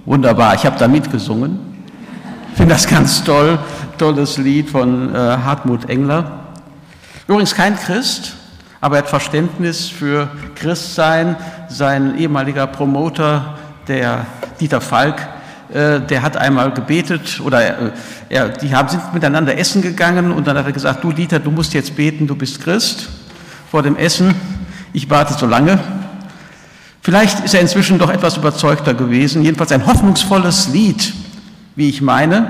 Wunderbar, ich habe da mitgesungen. Ich finde das ganz toll. Tolles Lied von Hartmut Engler. Übrigens kein Christ, aber er hat Verständnis für Christsein. Sein ehemaliger Promoter, der Dieter Falk, der hat einmal gebetet, oder sind miteinander essen gegangen und dann hat er gesagt, du Dieter, du musst jetzt beten, du bist Christ. Vor dem Essen, ich warte so lange. Vielleicht ist er inzwischen doch etwas überzeugter gewesen, jedenfalls ein hoffnungsvolles Lied, wie ich meine.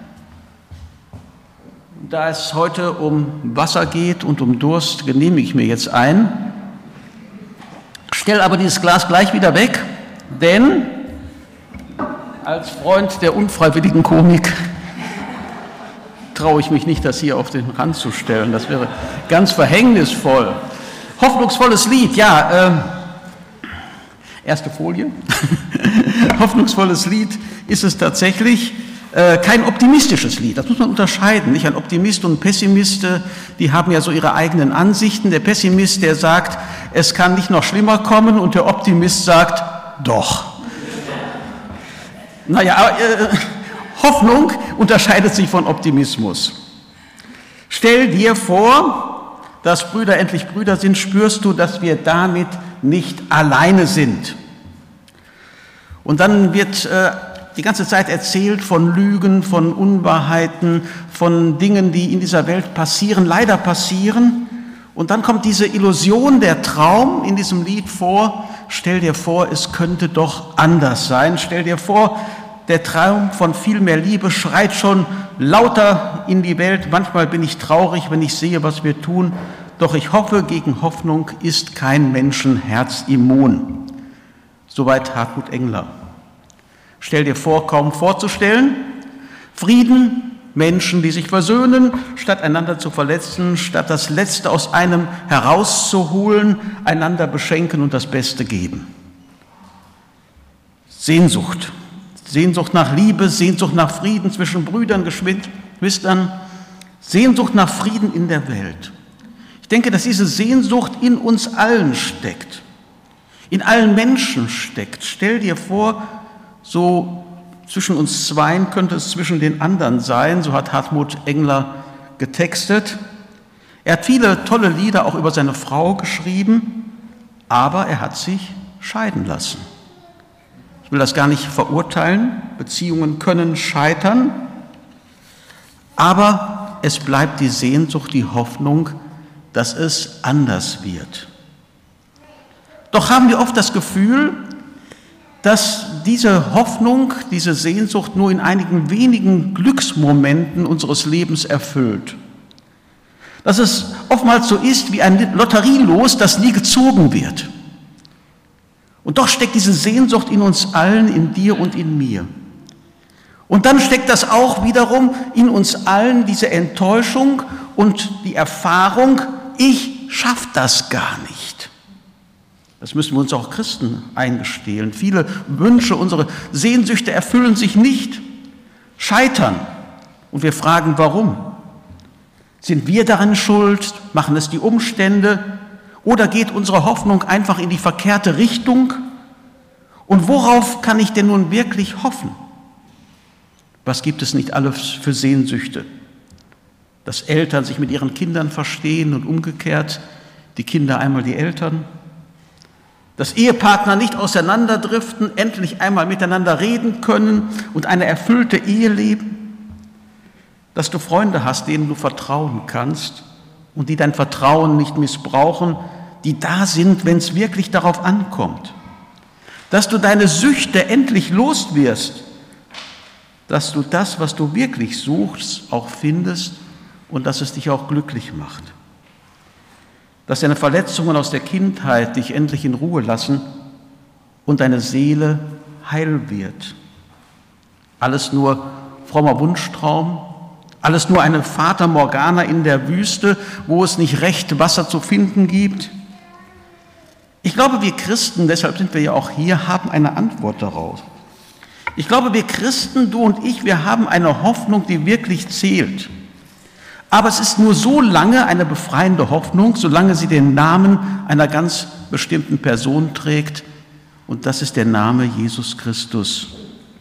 Da es heute um Wasser geht und um Durst, genehmige ich mir jetzt ein, stell aber dieses Glas gleich wieder weg, denn als Freund der unfreiwilligen Komik traue ich mich nicht, das hier auf den Rand zu stellen. Das wäre ganz verhängnisvoll. Hoffnungsvolles Lied, ja, erste Folie. Hoffnungsvolles Lied ist es tatsächlich. Kein optimistisches Lied, das muss man unterscheiden. Nicht ein Optimist und ein Pessimist, die haben ja so ihre eigenen Ansichten. Der Pessimist, der sagt, es kann nicht noch schlimmer kommen, und der Optimist sagt, doch. Naja, Hoffnung unterscheidet sich von Optimismus. Stell dir vor, dass Brüder endlich Brüder sind, spürst du, dass wir damit nicht alleine sind. Und dann wird die ganze Zeit erzählt von Lügen, von Unwahrheiten, von Dingen, die in dieser Welt passieren, leider passieren. Und dann kommt diese Illusion, der Traum in diesem Lied vor. Stell dir vor, es könnte doch anders sein. Stell dir vor, der Traum von viel mehr Liebe schreit schon lauter in die Welt. Manchmal bin ich traurig, wenn ich sehe, was wir tun. Doch ich hoffe, gegen Hoffnung ist kein Menschenherz immun. Soweit Hartmut Engler. Stell dir vor, kaum vorzustellen, Frieden, Menschen, die sich versöhnen, statt einander zu verletzen, statt das Letzte aus einem herauszuholen, einander beschenken und das Beste geben. Sehnsucht. Sehnsucht nach Liebe, Sehnsucht nach Frieden zwischen Brüdern, Geschwistern, Sehnsucht nach Frieden in der Welt. Ich denke, dass diese Sehnsucht in uns allen steckt, in allen Menschen steckt. Stell dir vor, so zwischen uns Zweien könnte es zwischen den anderen sein, so hat Hartmut Engler getextet. Er hat viele tolle Lieder auch über seine Frau geschrieben, aber er hat sich scheiden lassen. Ich will das gar nicht verurteilen, Beziehungen können scheitern, aber es bleibt die Sehnsucht, die Hoffnung, dass es anders wird. Doch haben wir oft das Gefühl, dass diese Hoffnung, diese Sehnsucht nur in einigen wenigen Glücksmomenten unseres Lebens erfüllt. Dass es oftmals so ist wie ein Lotterielos, das nie gezogen wird. Und doch steckt diese Sehnsucht in uns allen, in dir und in mir. Und dann steckt das auch wiederum in uns allen, diese Enttäuschung und die Erfahrung, ich schaffe das gar nicht. Das müssen wir uns auch Christen eingestehen. Viele Wünsche, unsere Sehnsüchte erfüllen sich nicht, scheitern. Und wir fragen, warum? Sind wir daran schuld? Machen es die Umstände? Oder geht unsere Hoffnung einfach in die verkehrte Richtung? Und worauf kann ich denn nun wirklich hoffen? Was gibt es nicht alles für Sehnsüchte? Dass Eltern sich mit ihren Kindern verstehen und umgekehrt, die Kinder einmal die Eltern. Dass Ehepartner nicht auseinanderdriften, endlich einmal miteinander reden können und eine erfüllte Ehe leben. Dass du Freunde hast, denen du vertrauen kannst und die dein Vertrauen nicht missbrauchen, die da sind, wenn es wirklich darauf ankommt. Dass du deine Süchte endlich los wirst, dass du das, was du wirklich suchst, auch findest und dass es dich auch glücklich macht. Dass deine Verletzungen aus der Kindheit dich endlich in Ruhe lassen und deine Seele heil wird. Alles nur frommer Wunschtraum, alles nur eine Fata Morgana in der Wüste, wo es nicht recht Wasser zu finden gibt. Ich glaube, wir Christen, deshalb sind wir ja auch hier, haben eine Antwort darauf. Ich glaube, wir Christen, du und ich, wir haben eine Hoffnung, die wirklich zählt. Aber es ist nur so lange eine befreiende Hoffnung, solange sie den Namen einer ganz bestimmten Person trägt. Und das ist der Name Jesus Christus.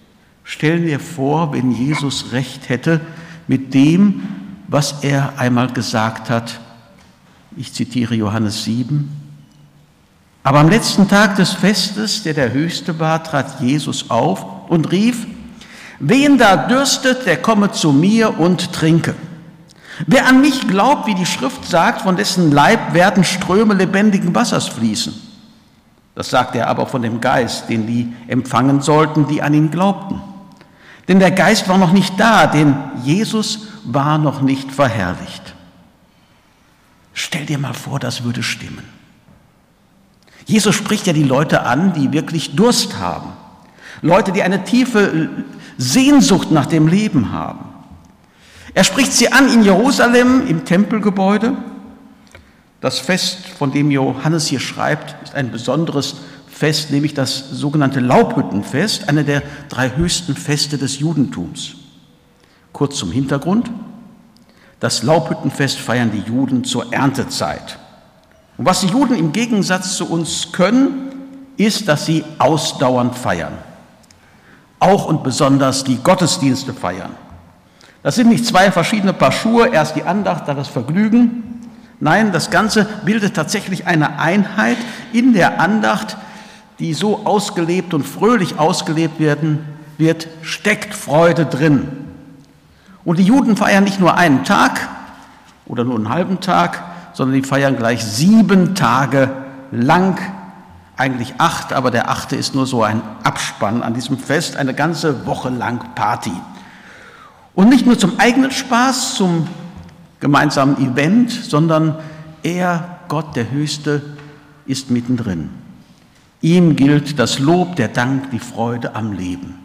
Stell dir vor, wenn Jesus recht hätte mit dem, was er einmal gesagt hat. Ich zitiere Johannes 7. Aber am letzten Tag des Festes, der Höchste war, trat Jesus auf und rief: Wen da dürstet, der komme zu mir und trinke. Wer an mich glaubt, wie die Schrift sagt, von dessen Leib werden Ströme lebendigen Wassers fließen. Das sagt er aber von dem Geist, den die empfangen sollten, die an ihn glaubten. Denn der Geist war noch nicht da, denn Jesus war noch nicht verherrlicht. Stell dir mal vor, das würde stimmen. Jesus spricht ja die Leute an, die wirklich Durst haben. Leute, die eine tiefe Sehnsucht nach dem Leben haben. Er spricht sie an in Jerusalem, im Tempelgebäude. Das Fest, von dem Johannes hier schreibt, ist ein besonderes Fest, nämlich das sogenannte Laubhüttenfest, eine der 3 höchsten Feste des Judentums. Kurz zum Hintergrund: Das Laubhüttenfest feiern die Juden zur Erntezeit. Und was die Juden im Gegensatz zu uns können, ist, dass sie ausdauernd feiern. Auch und besonders die Gottesdienste feiern. Das sind nicht 2 verschiedene Paar Schuhe, erst die Andacht, dann das Vergnügen. Nein, das Ganze bildet tatsächlich eine Einheit. In der Andacht, die so ausgelebt und fröhlich ausgelebt wird, steckt Freude drin. Und die Juden feiern nicht nur einen Tag oder nur einen halben Tag, sondern die feiern gleich 7 Tage lang, eigentlich 8, aber der 8. ist nur so ein Abspann an diesem Fest, eine ganze Woche lang Party. Und nicht nur zum eigenen Spaß, zum gemeinsamen Event, sondern er, Gott, der Höchste, ist mittendrin. Ihm gilt das Lob, der Dank, die Freude am Leben.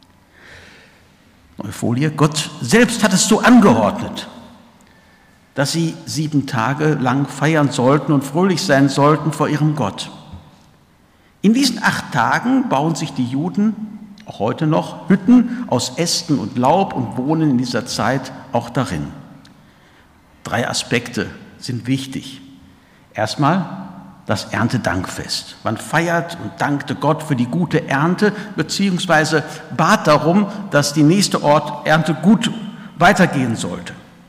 Neue Folie. Gott selbst hat es so angeordnet, dass sie 7 Tage lang feiern sollten und fröhlich sein sollten vor ihrem Gott. In diesen 8 Tagen bauen sich die Juden, auch heute noch, Hütten aus Ästen und Laub und wohnen in dieser Zeit auch darin. 3 Aspekte sind wichtig. Erstmal das Erntedankfest. Man feiert und dankte Gott für die gute Ernte, beziehungsweise bat darum, dass die nächste Ernte gut weitergehen sollte.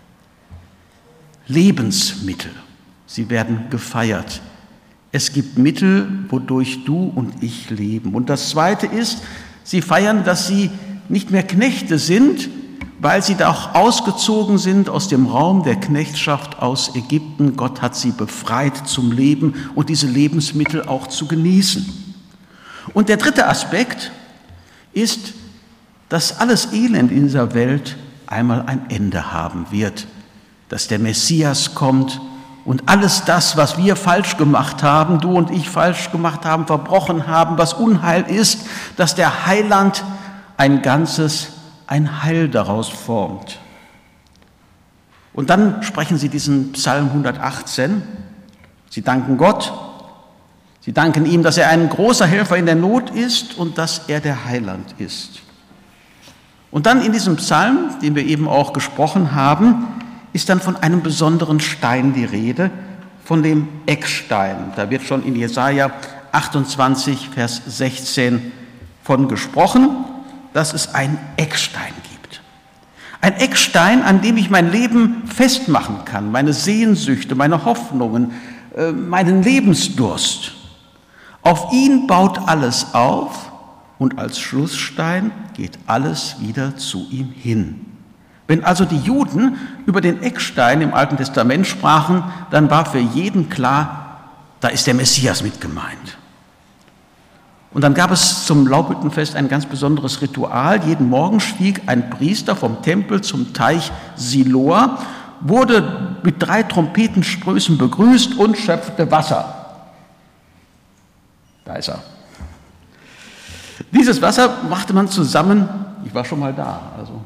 Lebensmittel, sie werden gefeiert. Es gibt Mittel, wodurch du und ich leben. Und das Zweite ist, sie feiern, dass sie nicht mehr Knechte sind, weil sie da auch ausgezogen sind aus dem Raum der Knechtschaft aus Ägypten. Gott hat sie befreit zum Leben und diese Lebensmittel auch zu genießen. Und der 3. Aspekt ist, dass alles Elend in dieser Welt einmal ein Ende haben wird, dass der Messias kommt und alles das, was wir falsch gemacht haben, du und ich falsch gemacht haben, verbrochen haben, was Unheil ist, dass der Heiland ein Heil daraus formt. Und dann sprechen sie diesen Psalm 118. Sie danken Gott, sie danken ihm, dass er ein großer Helfer in der Not ist und dass er der Heiland ist. Und dann in diesem Psalm, den wir eben auch gesprochen haben, ist dann von einem besonderen Stein die Rede, von dem Eckstein. Da wird schon in Jesaja 28, Vers 16 von gesprochen, dass es einen Eckstein gibt. Ein Eckstein, an dem ich mein Leben festmachen kann, meine Sehnsüchte, meine Hoffnungen, meinen Lebensdurst. Auf ihn baut alles auf und als Schlussstein geht alles wieder zu ihm hin. Wenn also die Juden über den Eckstein im Alten Testament sprachen, dann war für jeden klar, da ist der Messias mit gemeint. Und dann gab es zum Laubhüttenfest ein ganz besonderes Ritual. Jeden Morgen stieg ein Priester vom Tempel zum Teich Siloa, wurde mit 3 Trompetenstößen begrüßt und schöpfte Wasser. Da ist er. Dieses Wasser brachte man zusammen, ich war schon mal da, also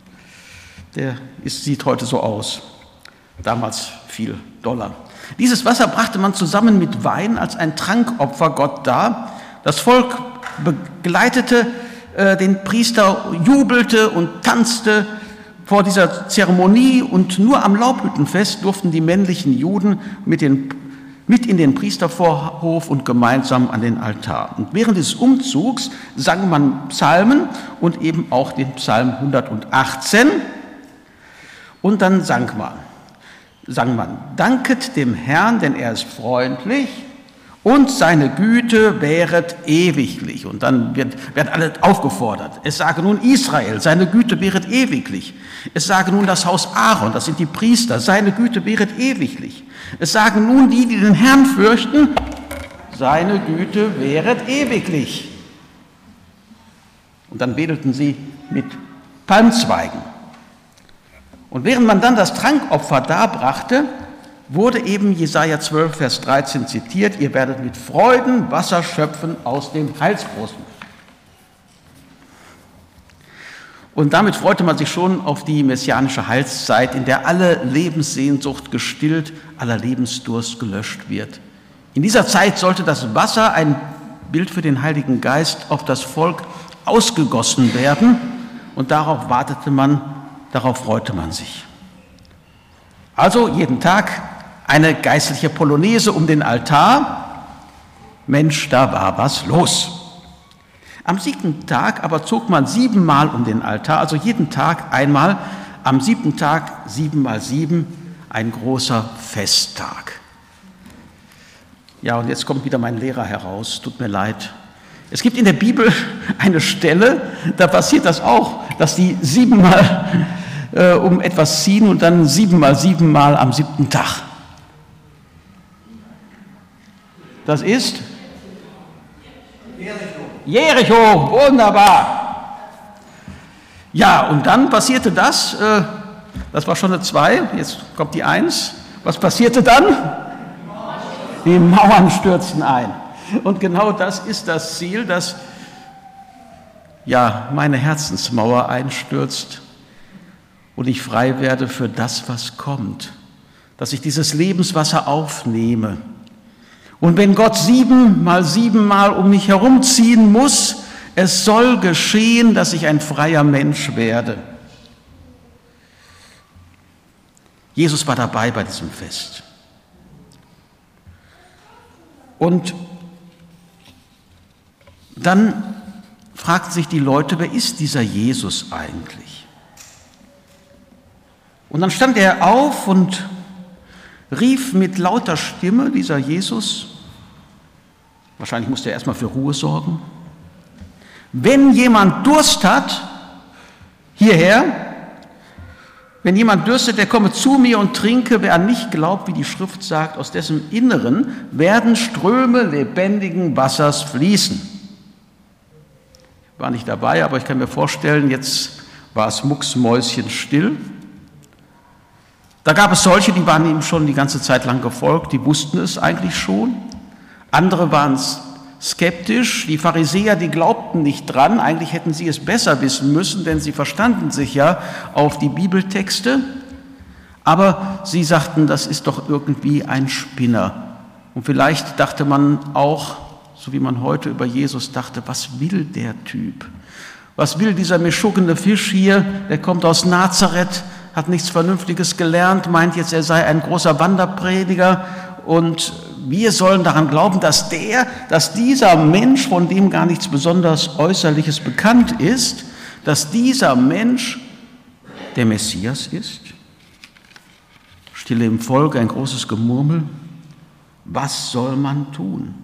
sieht heute so aus, damals viel $. Dieses Wasser brachte man zusammen mit Wein als ein Trankopfer Gott dar. Das Volk begleitete den Priester, jubelte und tanzte vor dieser Zeremonie und nur am Laubhüttenfest durften die männlichen Juden mit den mit in den Priestervorhof und gemeinsam an den Altar. Und während des Umzugs sang man Psalmen und eben auch den Psalm 118. Und dann sang man, danket dem Herrn, denn er ist freundlich und seine Güte währet ewiglich. Und dann werden alle aufgefordert. Es sage nun Israel, seine Güte währet ewiglich. Es sage nun das Haus Aaron, das sind die Priester, seine Güte währet ewiglich. Es sagen nun die den Herrn fürchten, seine Güte währet ewiglich. Und dann wedelten sie mit Palmzweigen. Und während man dann das Trankopfer darbrachte, wurde eben Jesaja 12, Vers 13 zitiert, ihr werdet mit Freuden Wasser schöpfen aus dem Heilsgroßen. Und damit freute man sich schon auf die messianische Heilszeit, in der alle Lebenssehnsucht gestillt, aller Lebensdurst gelöscht wird. In dieser Zeit sollte das Wasser, ein Bild für den Heiligen Geist, auf das Volk ausgegossen werden. Und darauf wartete man, darauf freute man sich. Also jeden Tag eine geistliche Polonaise um den Altar. Mensch, da war was los. Am 7. Tag aber zog man 7-mal um den Altar, also jeden Tag einmal, am 7. Tag 7 mal 7, ein großer Festtag. Ja, und jetzt kommt wieder mein Lehrer heraus, tut mir leid. Es gibt in der Bibel eine Stelle, da passiert das auch, dass die 7-mal um etwas ziehen und dann 7 mal 7 Mal am 7. Tag. Das ist Jericho, wunderbar. Ja, und dann passierte das war schon eine 2, jetzt kommt die 1. Was passierte dann? Die Mauern stürzten ein. Und genau das ist das Ziel, dass ja meine Herzensmauer einstürzt und ich frei werde für das, was kommt. Dass ich dieses Lebenswasser aufnehme. Und wenn Gott 7 mal 7 Mal um mich herumziehen muss, es soll geschehen, dass ich ein freier Mensch werde. Jesus war dabei bei diesem Fest. Und dann fragten sich die Leute, wer ist dieser Jesus eigentlich? Und dann stand er auf und rief mit lauter Stimme, dieser Jesus, wahrscheinlich musste er erstmal für Ruhe sorgen, wenn jemand Durst hat, hierher, wenn jemand dürstet, der komme zu mir und trinke, wer an mich glaubt, wie die Schrift sagt, aus dessen Inneren werden Ströme lebendigen Wassers fließen. Ich war nicht dabei, aber ich kann mir vorstellen, jetzt war es mucksmäuschenstill. Da gab es solche, die waren ihm schon die ganze Zeit lang gefolgt, die wussten es eigentlich schon. Andere waren skeptisch, die Pharisäer, die glaubten nicht dran, eigentlich hätten sie es besser wissen müssen, denn sie verstanden sich ja auf die Bibeltexte. Aber sie sagten, das ist doch irgendwie ein Spinner. Und vielleicht dachte man auch, so wie man heute über Jesus dachte, was will der Typ? Was will dieser meschuggene Fisch hier, der kommt aus Nazareth, hat nichts Vernünftiges gelernt, meint jetzt, er sei ein großer Wanderprediger und wir sollen daran glauben, dass dieser Mensch, von dem gar nichts besonders Äußerliches bekannt ist, dass dieser Mensch der Messias ist? Stille im Volk, ein großes Gemurmel. Was soll man tun?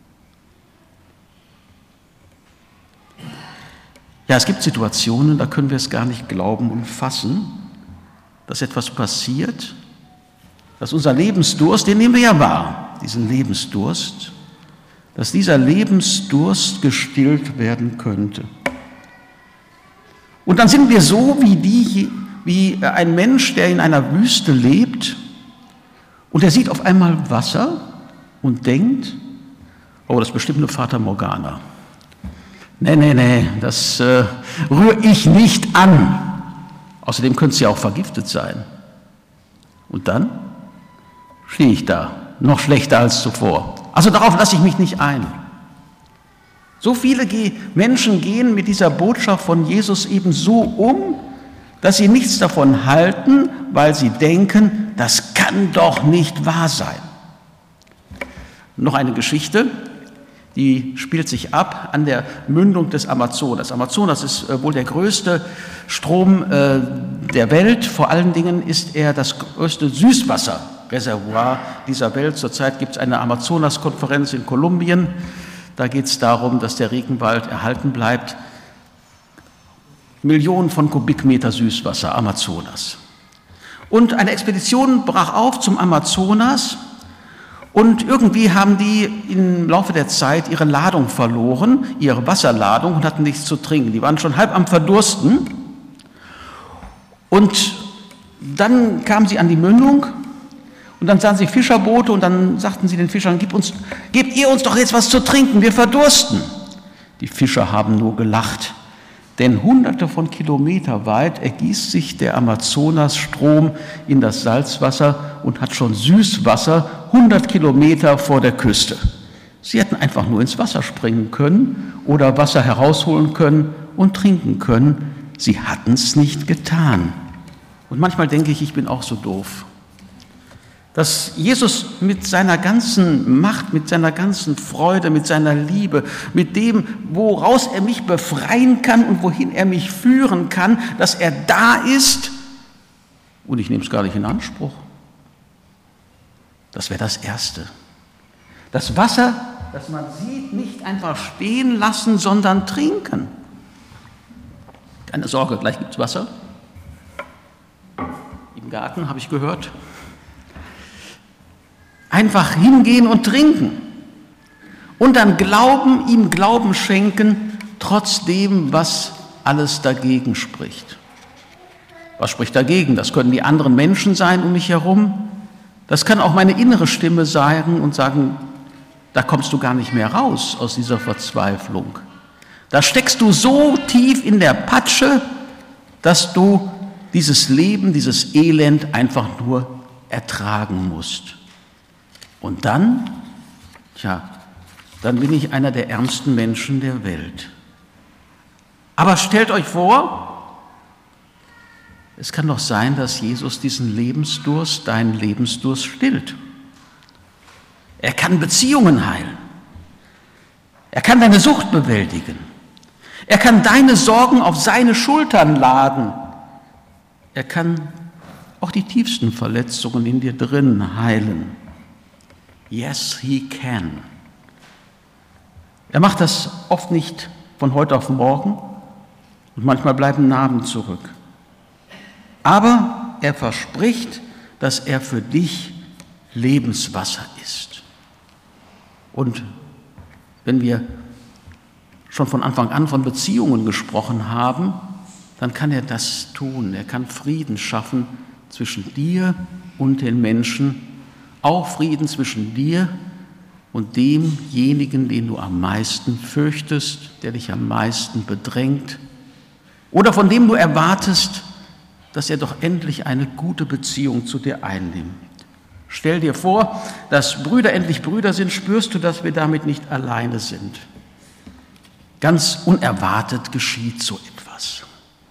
Ja, es gibt Situationen, da können wir es gar nicht glauben und fassen, dass etwas passiert, dass unser Lebensdurst, den nehmen wir ja wahr, diesen Lebensdurst, dass dieser Lebensdurst gestillt werden könnte. Und dann sind wir so wie ein Mensch, der in einer Wüste lebt und er sieht auf einmal Wasser und denkt, oh, das ist bestimmt eine Fata Morgana. Nee, das rühre ich nicht an. Außerdem könnte es ja auch vergiftet sein. Und dann stehe ich da, noch schlechter als zuvor. Also darauf lasse ich mich nicht ein. So viele Menschen gehen mit dieser Botschaft von Jesus eben so um, dass sie nichts davon halten, weil sie denken, das kann doch nicht wahr sein. noch eine Geschichte, die spielt sich ab an der Mündung des Amazonas. Amazonas ist wohl der größte Strom der Welt. Vor allen Dingen ist er das größte Süßwasserreservoir dieser Welt. Zurzeit gibt es eine Amazonas-Konferenz in Kolumbien. Da geht es darum, dass der Regenwald erhalten bleibt. Millionen von Kubikmeter Süßwasser, Amazonas. Und eine Expedition brach auf zum Amazonas und irgendwie haben die im Laufe der Zeit ihre Ladung verloren, ihre Wasserladung, und hatten nichts zu trinken. Die waren schon halb am Verdursten. Und dann kamen sie an die Mündung und dann sahen sie Fischerboote und dann sagten sie den Fischern, gebt ihr uns doch jetzt was zu trinken, wir verdursten. Die Fischer haben nur gelacht. Denn hunderte von Kilometer weit ergießt sich der Amazonasstrom in das Salzwasser und hat schon Süßwasser 100 Kilometer vor der Küste. Sie hätten einfach nur ins Wasser springen können oder Wasser herausholen können und trinken können. Sie hatten es nicht getan. Und manchmal denke ich bin auch so doof. Dass Jesus mit seiner ganzen Macht, mit seiner ganzen Freude, mit seiner Liebe, mit dem, woraus er mich befreien kann und wohin er mich führen kann, dass er da ist, und ich nehme es gar nicht in Anspruch. Das wäre das Erste. Das Wasser, das man sieht, nicht einfach stehen lassen, sondern trinken. Keine Sorge, gleich gibt es Wasser. Im Garten, habe ich gehört. Einfach hingehen und trinken und dann ihm Glauben schenken, trotz dem, was alles dagegen spricht. Was spricht dagegen? Das können die anderen Menschen sein um mich herum. Das kann auch meine innere Stimme sagen und sagen, da kommst du gar nicht mehr raus aus dieser Verzweiflung. Da steckst du so tief in der Patsche, dass du dieses Leben, dieses Elend einfach nur ertragen musst. Und dann, dann bin ich einer der ärmsten Menschen der Welt. Aber stellt euch vor, es kann doch sein, dass Jesus diesen Lebensdurst, deinen Lebensdurst stillt. Er kann Beziehungen heilen. Er kann deine Sucht bewältigen. Er kann deine Sorgen auf seine Schultern laden. Er kann auch die tiefsten Verletzungen in dir drin heilen. Yes, he can. Er macht das oft nicht von heute auf morgen und manchmal bleiben Narben zurück. Aber er verspricht, dass er für dich Lebenswasser ist. Und wenn wir schon von Anfang an von Beziehungen gesprochen haben, dann kann er das tun. Er kann Frieden schaffen zwischen dir und den Menschen, auch Frieden zwischen dir und demjenigen, den du am meisten fürchtest, der dich am meisten bedrängt oder von dem du erwartest, dass er doch endlich eine gute Beziehung zu dir einnimmt. Stell dir vor, dass Brüder endlich Brüder sind, spürst du, dass wir damit nicht alleine sind. Ganz unerwartet geschieht so etwas.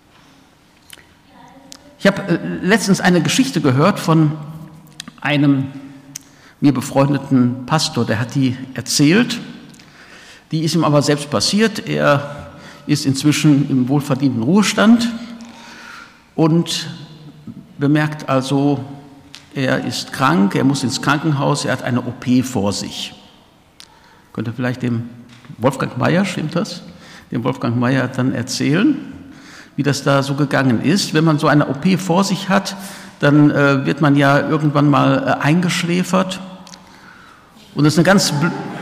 Ich habe letztens eine Geschichte gehört von einem mir befreundeten Pastor, der hat die erzählt. Die ist ihm aber selbst passiert. Er ist inzwischen im wohlverdienten Ruhestand und bemerkt also, er ist krank, er muss ins Krankenhaus, er hat eine OP vor sich. Könnt ihr vielleicht dem Wolfgang Meier, stimmt das? Dem Wolfgang Meier dann erzählen, wie das da so gegangen ist. Wenn man so eine OP vor sich hat, dann wird man ja irgendwann mal eingeschläfert. Und das ist eine ganz...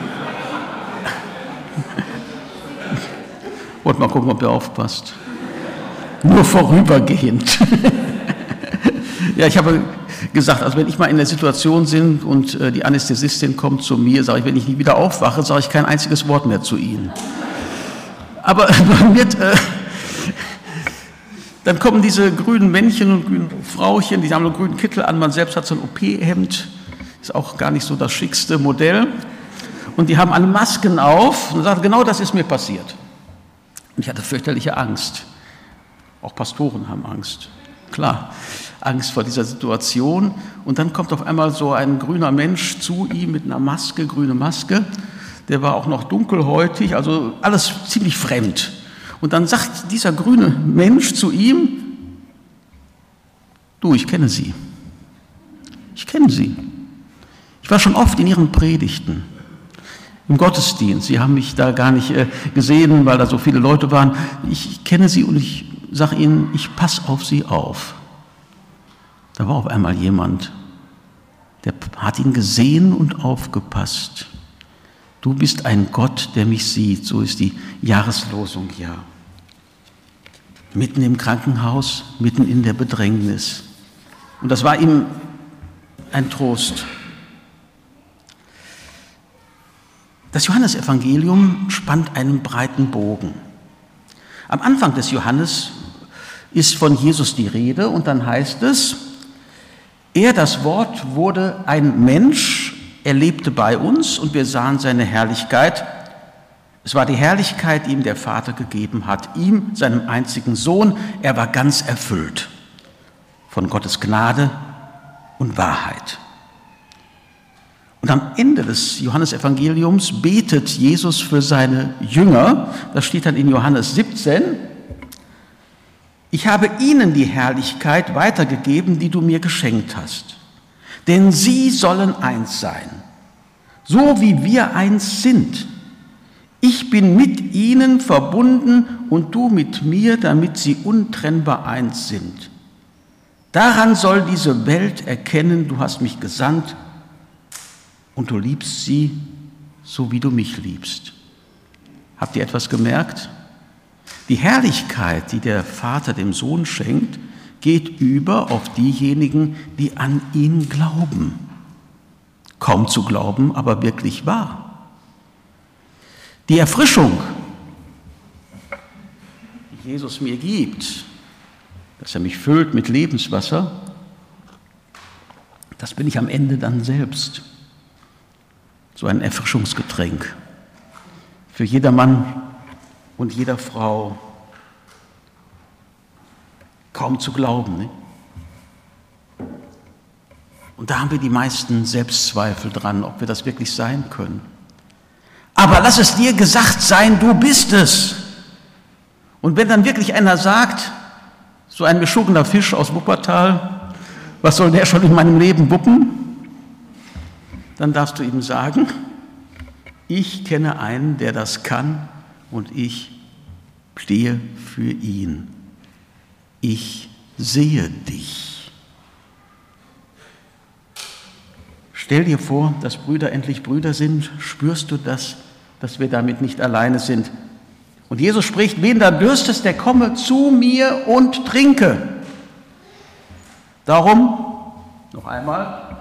Wollt mal gucken, ob ihr aufpasst. Nur vorübergehend. Ja, ich habe gesagt, also wenn ich mal in der Situation bin und die Anästhesistin kommt zu mir, sage ich, wenn ich nie wieder aufwache, sage ich kein einziges Wort mehr zu Ihnen. Aber man wird... Dann kommen diese grünen Männchen und grünen Frauchen, die haben einen grünen Kittel an, man selbst hat so ein OP-Hemd, ist auch gar nicht so das schickste Modell. Und die haben alle Masken auf und sagen, genau das ist mir passiert. Und ich hatte fürchterliche Angst. Auch Pastoren haben Angst, klar. Angst vor dieser Situation. Und dann kommt auf einmal so ein grüner Mensch zu ihm mit einer Maske, grüne Maske. Der war auch noch dunkelhäutig, also alles ziemlich fremd. Und dann sagt dieser grüne Mensch zu ihm: Du, ich kenne Sie. Ich kenne Sie. Ich war schon oft in Ihren Predigten, im Gottesdienst. Sie haben mich da gar nicht gesehen, weil da so viele Leute waren. Ich kenne Sie und ich sage Ihnen, ich passe auf Sie auf. Da war auf einmal jemand, der hat ihn gesehen und aufgepasst. Du bist ein Gott, der mich sieht. So ist die Jahreslosung, ja. Mitten im Krankenhaus, mitten in der Bedrängnis. Und das war ihm ein Trost. Das Johannesevangelium spannt einen breiten Bogen. Am Anfang des Johannes ist von Jesus die Rede und dann heißt es: Er, das Wort, wurde ein Mensch, er lebte bei uns und wir sahen seine Herrlichkeit. Es war die Herrlichkeit, die ihm der Vater gegeben hat, ihm, seinem einzigen Sohn. Er war ganz erfüllt von Gottes Gnade und Wahrheit. Und am Ende des Johannesevangeliums betet Jesus für seine Jünger. Das steht dann in Johannes 17. Ich habe ihnen die Herrlichkeit weitergegeben, die du mir geschenkt hast. Denn sie sollen eins sein, so wie wir eins sind. Ich bin mit ihnen verbunden und du mit mir, damit sie untrennbar eins sind. Daran soll diese Welt erkennen, du hast mich gesandt und du liebst sie, so wie du mich liebst. Habt ihr etwas gemerkt? Die Herrlichkeit, die der Vater dem Sohn schenkt, geht über auf diejenigen, die an ihn glauben. Kaum zu glauben, aber wirklich wahr. Die Erfrischung, die Jesus mir gibt, dass er mich füllt mit Lebenswasser, das bin ich am Ende dann selbst. So ein Erfrischungsgetränk für jeder Mann und jeder Frau. Kaum zu glauben. Ne? Und da haben wir die meisten Selbstzweifel dran, ob wir das wirklich sein können. Aber lass es dir gesagt sein, du bist es. Und wenn dann wirklich einer sagt, so ein beschuggener Fisch aus Wuppertal, was soll der schon in meinem Leben wuppen? Dann darfst du ihm sagen, ich kenne einen, der das kann und ich stehe für ihn. Ich sehe dich. Stell dir vor, dass Brüder endlich Brüder sind. Spürst du das, dass wir damit nicht alleine sind? Und Jesus spricht, wen da dürstet, der komme zu mir und trinke. Darum, noch einmal,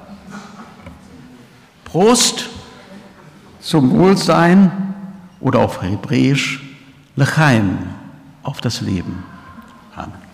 Prost zum Wohlsein oder auf Hebräisch Lechaim, auf das Leben. Amen.